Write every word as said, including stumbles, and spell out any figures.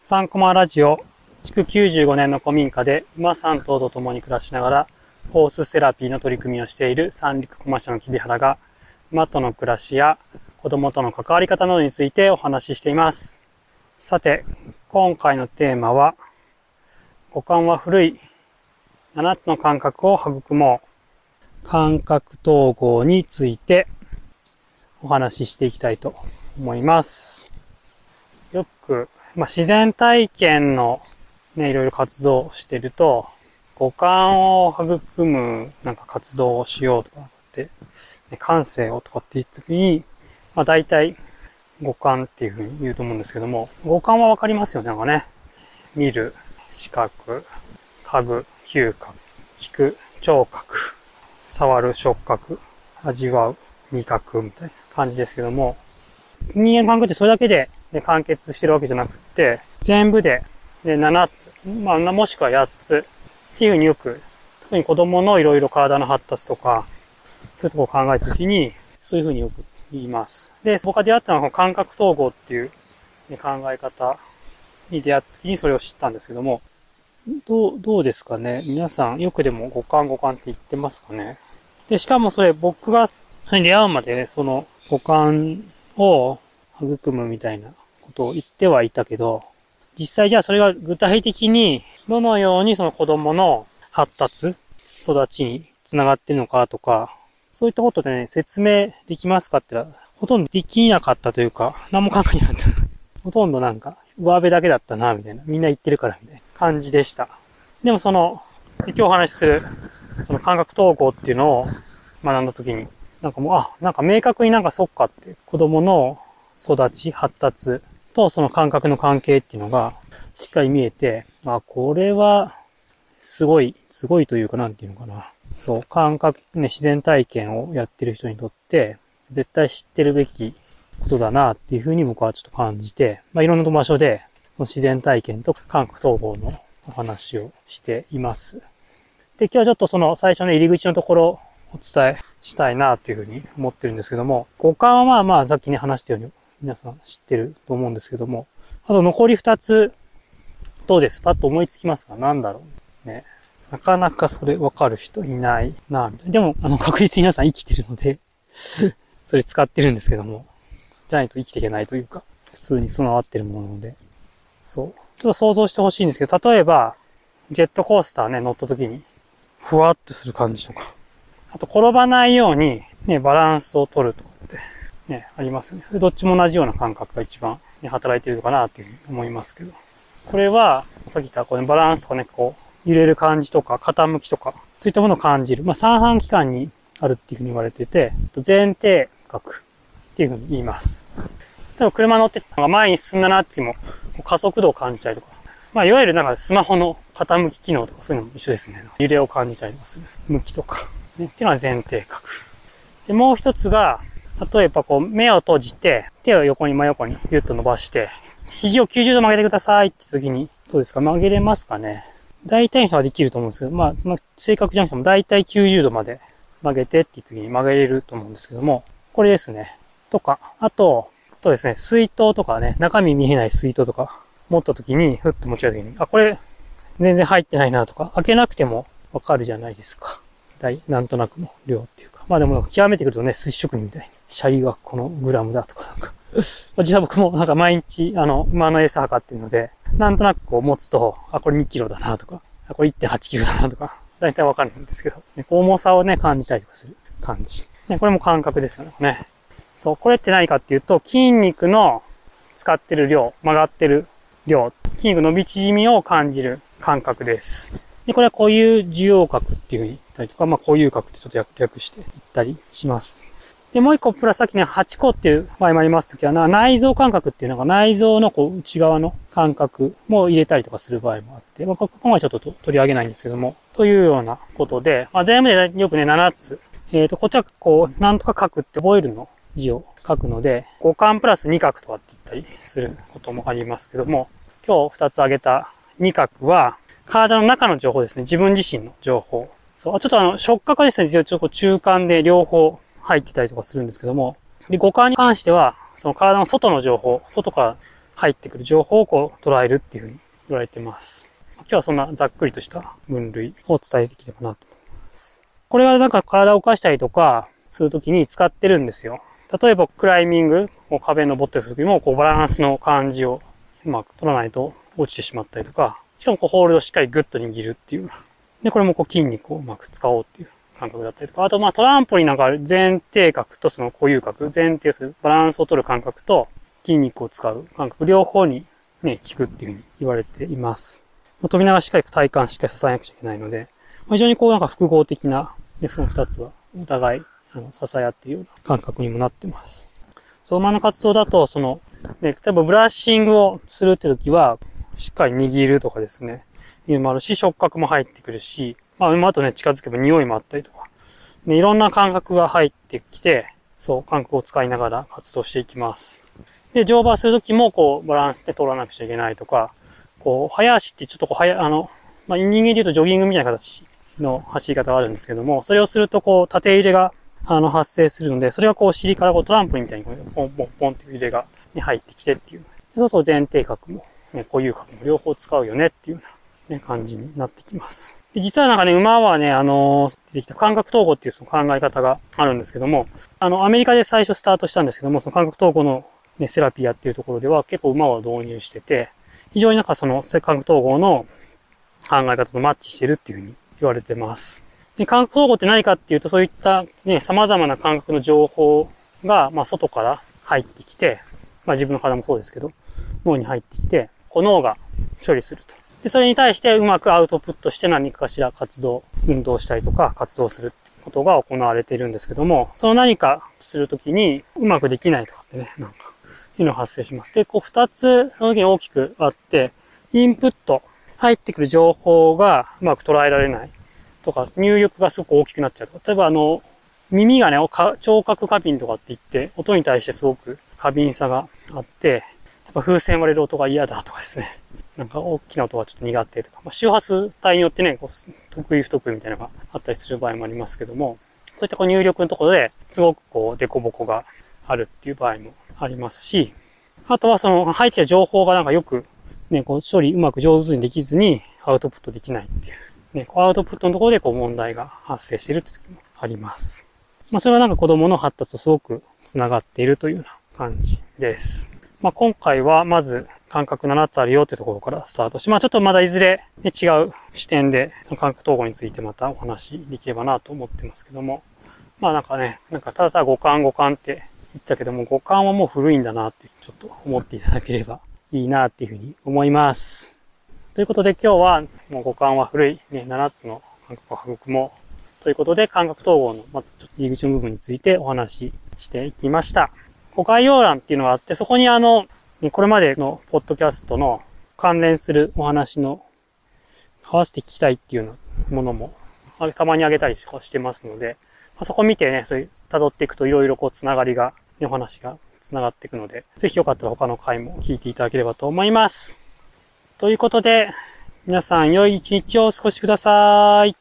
さんコマラジオ、築きゅうじゅうごねんの古民家で馬さん頭と共に暮らしながら、ホースセラピーの取り組みをしている三陸駒社の木原が、馬との暮らしや子供との関わり方などについてお話ししています。さて、今回のテーマは、五感は古いななつの感覚を育もう、感覚統合についてお話ししていきたいと思います。よく、まあ、自然体験のね、いろいろ活動をしてると、五感を育むなんか活動をしようとかって、ね、感性をとかって言った時に、まあ大体五感っていうふうに言うと思うんですけども、五感はわかりますよね、なんかね。見る、視覚、嗅ぐ、嗅覚、聞く、聴覚、触る、触覚、味わう、味覚みたいな感じですけども、人間の感覚ってそれだけで、で完結してるわけじゃなくって、全部で、でななつ、まあ、もしくはやっつっていうふうによく、特に子供のいろいろ体の発達とか、そういうところを考えたときに、そういうふうによく言います。で、僕が出会ったのは感覚統合っていう、ね、考え方に出会った時にそれを知ったんですけども、どう、どうですかね。皆さんよくでも五感五感って言ってますかね。で、しかもそれ僕がそれに出会うまで、その五感を育むみたいなことを言ってはいたけど、実際じゃあそれが具体的にどのようにその子供の発達、育ちにつながってるのかとか、そういったことでね、説明できますかって言ったら、ほとんどできなかったというか、何も考えなかった。ほとんどなんか、上辺だけだったな、みたいな。みんな言ってるから、みたいな感じでした。でもその、今日お話しする、その感覚統合っていうのを学んだときに、なんかもう、あ、なんか明確になんかそっかって、子供の育ち、発達とその感覚の関係っていうのがしっかり見えて、あ、これはすごい、すごいというかなんていうのかな。そう、感覚ね、自然体験をやってる人にとって絶対知ってるべきことだなっていうふうに僕はちょっと感じて、まあいろんな場所でその自然体験と感覚統合のお話をしています。で、今日はちょっとその最初の入り口のところをお伝えしたいなというふうに思ってるんですけども、五感はまあまあさっきね話したように皆さん知ってると思うんですけども、あと残り二つ、どうです？パッと思いつきますか？なんだろうね。なかなかそれ分かる人いないなみたいな。でも、あの、確実に皆さん生きてるので、それ使ってるんですけども、じゃないと生きていけないというか、普通に備わってるものなので、そう。ちょっと想像してほしいんですけど、例えば、ジェットコースターね、乗った時に、ふわっとする感じとか、あと転ばないように、ね、バランスを取るとかって、ね、ありますよね。どっちも同じような感覚が一番、ね、働いているのかなっていうふうに思いますけど。これは、さっき言ったこのバランスとかね、こう、揺れる感じとか、傾きとか、そういったものを感じる。まあ、三半規管にあるっていうふうに言われてて、前庭覚っていうふうに言います。例えば車乗って前に進んだなっていうのも、加速度を感じたりとか。まあ、いわゆるなんかスマホの傾き機能とかそういうのも一緒ですね。揺れを感じたりもする。向きとか。ね、っていうのは前庭覚。で、もう一つが、例えばこう、目を閉じて、手を横に真横にギュッと伸ばして、肘をきゅうじゅうど曲げてくださいって時に、どうですか？曲げれますかね？大体の人はできると思うんですけど、まあ、その正確じゃなくても大体きゅうじゅうどまで曲げてっていう時に曲げれると思うんですけども、これですね。とか、あと、あとですね、水筒とかね、中身見えない水筒とか持った時に、ふっと持ち上げた時に、あ、これ全然入ってないなとか、開けなくてもわかるじゃないですか。大、なんとなくの量っていうか。まあでも極めてくるとね、寿司職人みたいに、シャリはこのグラムだとかなんか。実は僕もなんか毎日、あの、馬の餌測ってるので、なんとなくこう持つと、あ、これにキロだなとか、あ、これいってんはちキロだなとか、大体わかるんですけど、ね、重さをね、感じたりとかする感じ。ね、これも感覚ですよね。そう、これって何かっていうと、筋肉の使ってる量、曲がってる量、筋肉伸び縮みを感じる感覚です。で、これは固有受容覚っていう風に言ったりとか、まあ固有覚ってちょっと略して言ったりします。で、もう一個プラスさっきね、はちこっていう場合もありますときはな、内臓感覚っていうのが内臓のこう内側の感覚も入れたりとかする場合もあって、まあここはちょっと取り上げないんですけども、というようなことで、まあ全部でよくね、ななつ。えっと、こっちはこう、なんとか書くって覚えるの字を書くので、五感プラス二画とかって言ったりすることもありますけども、今日二つ挙げた二画は、体の中の情報ですね。自分自身の情報。そう、ちょっとあの、触覚はですね、ちょっと中間で両方入ってたりとかするんですけども、で、五感に関しては、その体の外の情報、外から入ってくる情報をこう捉えるっていうふうに言われています。今日はそんなざっくりとした分類をお伝えできればなと思います。これはなんか体を動かしたりとかするときに使ってるんですよ。例えばクライミング、こう壁登ってるときもこうバランスの感じをうまく取らないと落ちてしまったりとか、しかもこうホールドをしっかりグッと握るっていう。で、これもこう筋肉をうまく使おうっていう感覚だったりとか、あとまあトランポリンなんか前底角とその固有角、前提するバランスを取る感覚と筋肉を使う感覚、両方にね、効くっていうふうに言われています。飛びながらしっかり体幹しっかり支えなくちゃいけないので、非常にこうなんか複合的な、で、その二つはお互いあの支え合っているような感覚にもなってます。相馬の活動だと、その、ね、例えばブラッシングをするって時は、しっかり握るとかですね、いうのもあるし、触覚も入ってくるし、まあ、あとね、近づけば匂いもあったりとか、ね、いろんな感覚が入ってきて、そう、感覚を使いながら活動していきます。で、乗馬する時も、こう、バランスで取らなくちゃいけないとか、こう、早足ってちょっとこう、早、あの、まあ、人間で言うとジョギングみたいな形の走り方があるんですけども、それをすると、こう、縦揺れが、あの、発生するので、それがこう、尻からこう、トランポリンみたいに、ポンポンポンっていう揺れが、ね、入ってきてっていう。そうそう、前底角も、ね、固有角も両方使うよねっていうような、ね、感じになってきます。で、実はなんかね、馬はね、あのー、出てきた感覚統合っていうその考え方があるんですけども、あの、アメリカで最初スタートしたんですけども、その感覚統合のね、セラピーやってるところでは結構馬を導入してて、非常になんかその感覚統合の考え方とマッチしてるっていうふうに言われてます。で、感覚統合って何かっていうと、そういったね、様々な感覚の情報が、まあ、外から入ってきて、まあ自分の体もそうですけど、脳に入ってきて、こう脳が処理すると。で、それに対してうまくアウトプットして何かしら活動、運動したりとか活動するってことが行われているんですけども、その何かするときにうまくできないとかってね、なんか、いうのが発生します。で、こう二つ、その時に大きくあって、インプット、入ってくる情報がうまく捉えられないとか、入力がすごく大きくなっちゃうとか、例えばあの、耳がね、聴覚過敏とかって言って、音に対してすごく過敏さがあって、例えば風船割れる音が嫌だとかですね。なんか大きな音がちょっと苦手とか、まあ、周波数帯によってね、こう得意不得意みたいなのがあったりする場合もありますけども、そういったこう入力のところですごくこうデコボコがあるっていう場合もありますし、あとはその入ってきた情報がなんかよくね、こう処理うまく上手にできずにアウトプットできないっていう。ね、アウトプットのところでこう問題が発生しているって時もあります。まあそれはなんか子供の発達とすごく繋がっているというような感じです。まあ今回はまず感覚ななつあるよってところからスタートして、まあちょっとまだいずれ、ね、違う視点でその感覚統合についてまたお話できればなと思ってますけども、まあなんかね、なんかただただ五感五感って言ったけども、五感はもう古いんだなってちょっと思っていただければいいなっていうふうに思います。ということで今日はもう五感は古い、ね、ななつの感覚を育もうということで感覚統合のまずちょっと入り口の部分についてお話ししていきました。概要欄っていうのがあって、そこにあの、これまでのポッドキャストの関連するお話の合わせて聞きたいっていうようなものもたまにあげたりしてますので、そこ見てね、そういう辿っていくといろいろこうつながりが、ね、お話がつながっていくので、ぜひよかったら他の回も聞いていただければと思います。ということで、皆さん良い一日をお過ごしください。